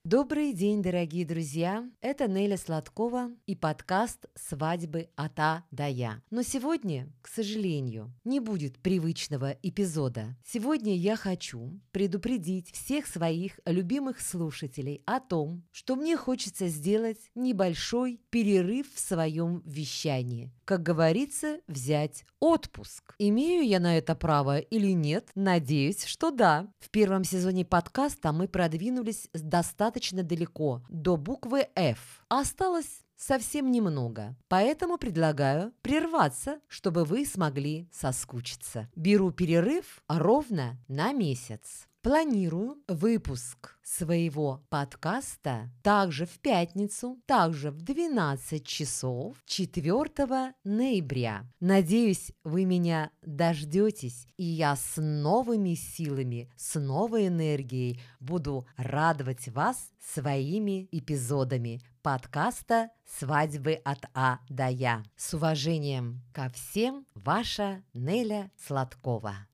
Добрый день, дорогие друзья! Это Неля Сладкова и подкаст «Свадьбы от А до Я». Но сегодня, к сожалению, не будет привычного эпизода. Сегодня я хочу предупредить всех своих любимых слушателей о том, что мне хочется сделать небольшой перерыв в своем вещании. Как говорится, взять отпуск. Имею я на это право или нет? Надеюсь, что да. В первом сезоне подкаста мы продвинулись достаточно далеко, до буквы «Ф». Осталось совсем немного, поэтому предлагаю прерваться, чтобы вы смогли соскучиться. Беру перерыв ровно на месяц. Планирую выпуск своего подкаста также в пятницу, также в 12 часов 4 ноября. Надеюсь, вы меня дождетесь, и я с новыми силами, с новой энергией буду радовать вас своими эпизодами подкаста «Свадьбы от А до Я». С уважением ко всем, ваша Неля Сладкова.